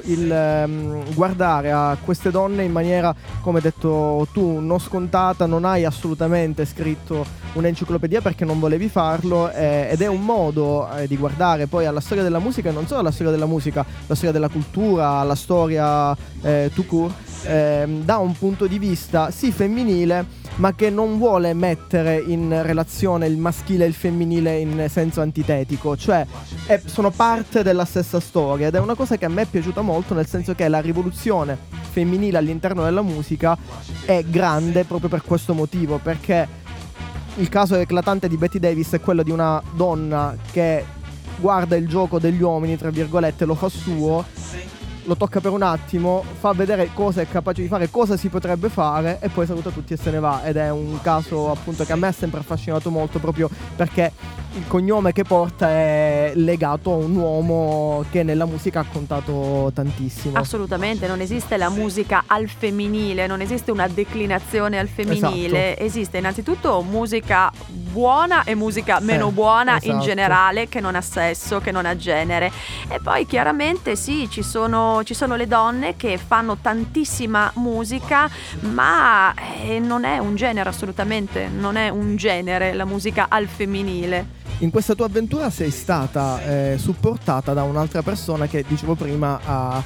il guardare a queste donne in maniera, come hai detto tu, non scontata. Non hai assolutamente scritto un'enciclopedia perché non volevi farlo, ed è un modo di guardare poi alla storia della musica, e non solo alla storia della musica, la storia della cultura, la storia tout court, da un punto di vista sì femminile, ma che non vuole mettere in relazione il maschile e il femminile in senso antitetico, cioè sono parte della stessa storia. Ed è una cosa che a me è piaciuta molto, nel senso che la rivoluzione femminile all'interno della musica è grande proprio per questo motivo, perché il caso eclatante di Betty Davis è quello di una donna che guarda il gioco degli uomini, tra virgolette, lo fa suo, lo tocca per un attimo, fa vedere cosa è capace di fare, cosa si potrebbe fare, e poi saluta tutti e se ne va. Ed è un caso appunto che a me ha sempre affascinato molto, proprio perché il cognome che porta è legato a un uomo che nella musica ha contato tantissimo. Assolutamente, non esiste la musica al femminile, non esiste una declinazione al femminile, Esatto. Esiste innanzitutto musica buona e musica meno buona, in esatto. generale, che non ha sesso, che non ha genere. E poi chiaramente sì, ci sono le donne che fanno tantissima musica, ma non è un genere, assolutamente non è un genere la musica al femminile. In questa tua avventura sei stata supportata da un'altra persona che, dicevo prima, ha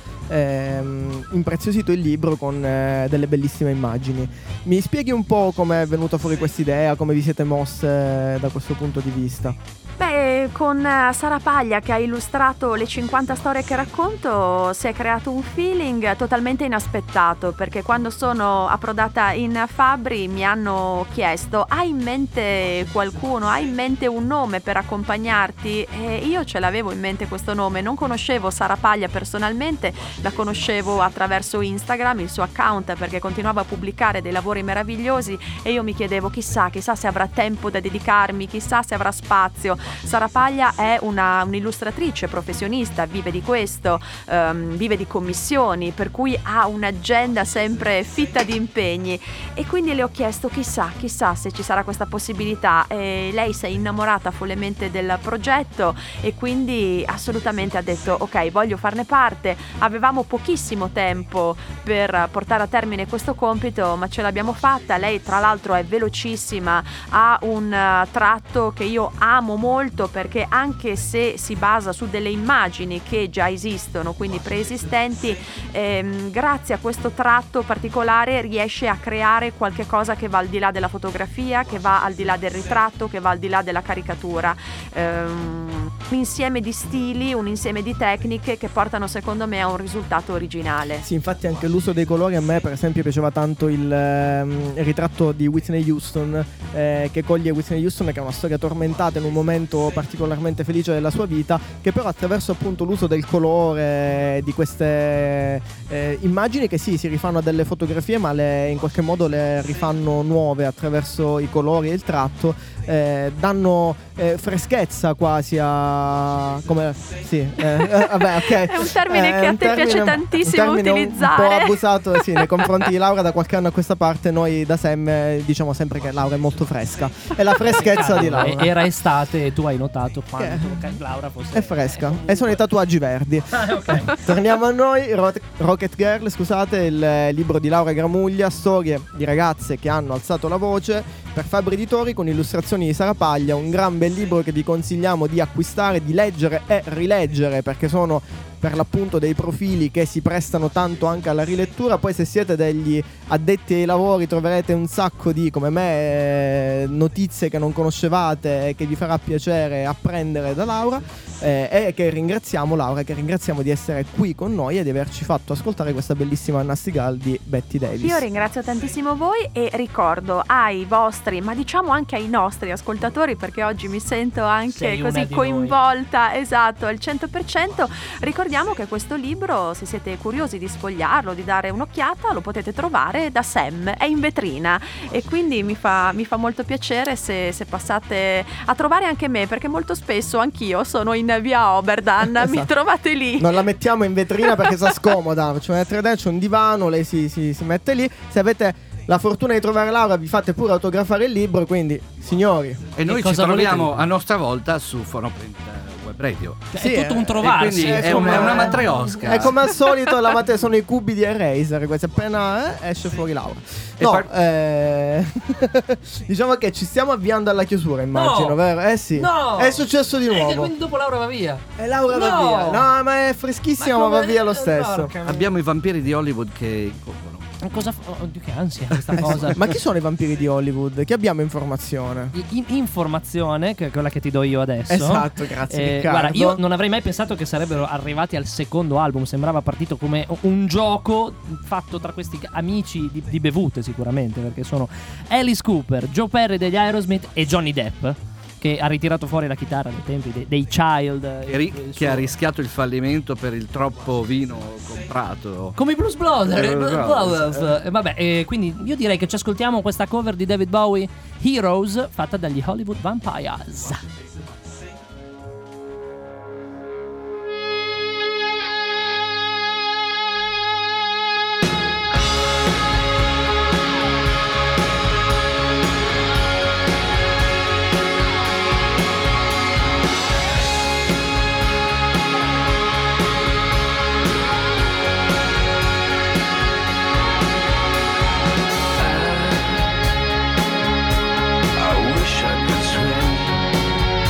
impreziosito il libro con delle bellissime immagini. Mi spieghi un po' come è venuta fuori questa idea, come vi siete mosse da questo punto di vista? Beh, E con Sara Paglia, che ha illustrato le 50 storie che racconto, si è creato un feeling totalmente inaspettato, perché quando sono approdata in Fabbri mi hanno chiesto: hai in mente qualcuno, hai in mente un nome per accompagnarti? E io ce l'avevo in mente questo nome, non conoscevo Sara Paglia personalmente, la conoscevo attraverso Instagram, il suo account, perché continuava a pubblicare dei lavori meravigliosi e io mi chiedevo chissà se avrà tempo da dedicarmi, chissà se avrà spazio. Sara Paglia è un'illustratrice professionista, vive di questo, vive di commissioni, per cui ha un'agenda sempre fitta di impegni, e quindi le ho chiesto chissà se ci sarà questa possibilità, e lei si è innamorata follemente del progetto e quindi assolutamente ha detto ok, voglio farne parte. Avevamo pochissimo tempo per portare a termine questo compito, ma ce l'abbiamo fatta. Lei tra l'altro è velocissima, ha un tratto che io amo molto, perché anche se si basa su delle immagini che già esistono, quindi preesistenti, grazie a questo tratto particolare riesce a creare qualche cosa che va al di là della fotografia, che va al di là del ritratto, che va al di là della caricatura. Un insieme di stili, un insieme di tecniche che portano secondo me a un risultato originale. Sì, infatti anche l'uso dei colori, a me per esempio piaceva tanto il ritratto di Whitney Houston, che coglie Whitney Houston, che è una storia tormentata in un momento particolarmente felice della sua vita, che però attraverso appunto l'uso del colore, di queste immagini che sì, si rifanno a delle fotografie, ma in qualche modo le rifanno nuove attraverso i colori e il tratto, danno freschezza quasi a vabbè, ok. È un termine che a te piace tantissimo utilizzare. Un po' abusato, sì, nei confronti di Laura da qualche anno a questa parte. Noi da Sam diciamo sempre che Laura è molto fresca. È la freschezza di Laura. Era estate e tu hai notato quanto Laura fosse è fresca. E sono i tatuaggi verdi. Okay. Torniamo a noi. Rocket Girl, scusate, il libro di Laura Gramuglia, storie di ragazze che hanno alzato la voce, per Fabbri Editori, con illustrazioni di Sara Paglia. Un gran bel libro che vi consigliamo di acquistare, di leggere e rileggere, perché sono per l'appunto dei profili che si prestano tanto anche alla rilettura. Poi se siete degli addetti ai lavori troverete un sacco di, come me, notizie che non conoscevate e che vi farà piacere apprendere da Laura, e che ringraziamo Laura, che ringraziamo di essere qui con noi e di averci fatto ascoltare questa bellissima Nasty Gal di Betty Davis. Io ringrazio tantissimo voi e ricordo ai vostri, ma diciamo anche ai nostri ascoltatori, perché oggi mi sento anche così coinvolta, esatto, al 100%. Ricordiamo che questo libro, se siete curiosi di sfogliarlo, di dare un'occhiata, lo potete trovare da Sam, è in vetrina, e quindi mi fa molto piacere se passate a trovare anche me, perché molto spesso anch'io sono in via Oberdan, esatto. Mi trovate lì. Non la mettiamo in vetrina perché si scomoda, facciamo mettere dentro, c'è un divano, lei si mette lì. Se avete la fortuna di trovare Laura, vi fate pure autografare il libro, quindi signori. E noi ci troviamo a nostra volta su Fonoprint Web Radio. Sì, è tutto un trovarsi. Quindi è una matriosca. È come al solito, sono i cubi di Eraser, questi appena esce fuori Laura. No, diciamo che ci stiamo avviando alla chiusura, immagino, vero? Sì. No. È successo di nuovo. Quindi dopo Laura va via. E Laura va via. No, ma è freschissima, ma va via lo stesso. Abbiamo i vampiri di Hollywood che incorrono. Cosa oddio, che ansia questa cosa. Ma chi sono i vampiri di Hollywood? Che abbiamo informazione? Informazione, che è quella che ti do io adesso. Esatto, grazie Riccardo. Guarda, io non avrei mai pensato che sarebbero arrivati al secondo album. Sembrava partito come un gioco fatto tra questi amici di bevute, sicuramente, perché sono Alice Cooper, Joe Perry degli Aerosmith e Johnny Depp, che ha ritirato fuori la chitarra nei tempi dei Child, che ha rischiato il fallimento per il troppo vino comprato, come i Blues Brothers. Vabbè, quindi io direi che ci ascoltiamo questa cover di David Bowie, Heroes, fatta dagli Hollywood Vampires. I wish I could swim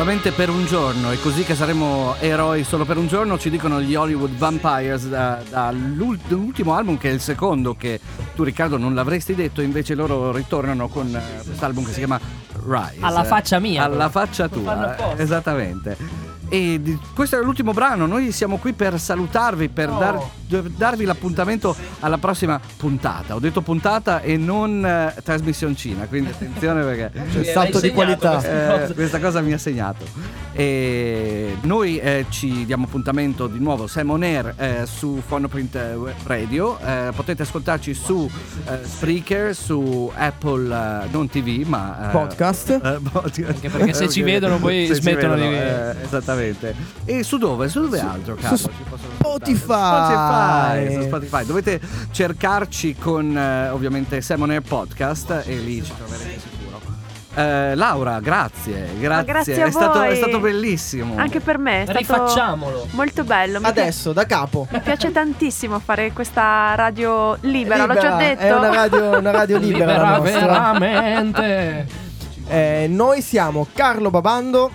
solamente per un giorno, è così che saremo eroi solo per un giorno, ci dicono gli Hollywood Vampires dall'ultimo album, che è il secondo, che tu Riccardo non l'avresti detto, invece loro ritornano con quest'album che si chiama Rise. Alla faccia mia. Alla faccia Lo fanno tua, apposta. esattamente. E questo era l'ultimo brano, noi siamo qui per salutarvi, per darvi l'appuntamento alla prossima puntata. Ho detto puntata e non trasmissioncina, quindi attenzione perché C'è salto di qualità. questa cosa mi ha segnato. E noi ci diamo appuntamento di nuovo Sam On Air su Phonoprint Radio. Potete ascoltarci su Spreaker, su Apple non TV ma Podcast. Anche perché se ci vedono poi se ci smettono di vedono, esattamente. E su dove? Su dove altro? Carlo? su Ci possono Spotify. Su Spotify. Dovete cercarci con ovviamente Sam On Air Podcast e lì ci troverete sicuro. Laura, grazie. grazie a è voi. stato bellissimo. Anche per me è stato Rifacciamolo. molto bello. Adesso, da capo. Mi piace tantissimo fare questa radio libera, l'ho già detto. È una radio libera la nostra. veramente. Noi siamo Carlo Babando.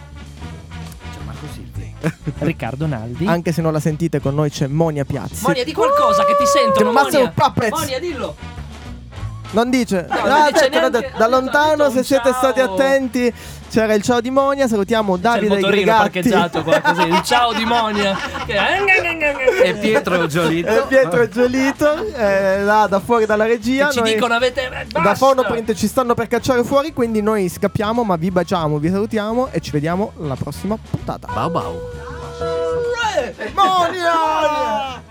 Riccardo Naldi. Anche se non la sentite, con noi c'è Monia Piazzi. Monia, di qualcosa che ti sentono. The Muscle Monia. Puppets. Monia, dillo. Non dice. No, Ah, non ha dice detto, l'ha neanche- detto. Da ha lontano, detto se un siete ciao. stati attenti, c'era il ciao di Monia. Salutiamo C'è il Davide motorino Grigatti parcheggiato qua così. Il ciao di Monia. E Pietro Giolito. e Pietro Giolito là da fuori dalla regia. Che ci Noi dicono avete. da Basta. Phonoprint ci stanno per cacciare fuori, quindi noi scappiamo, ma vi baciamo, vi salutiamo e ci vediamo alla prossima puntata. Bau bau. Monia!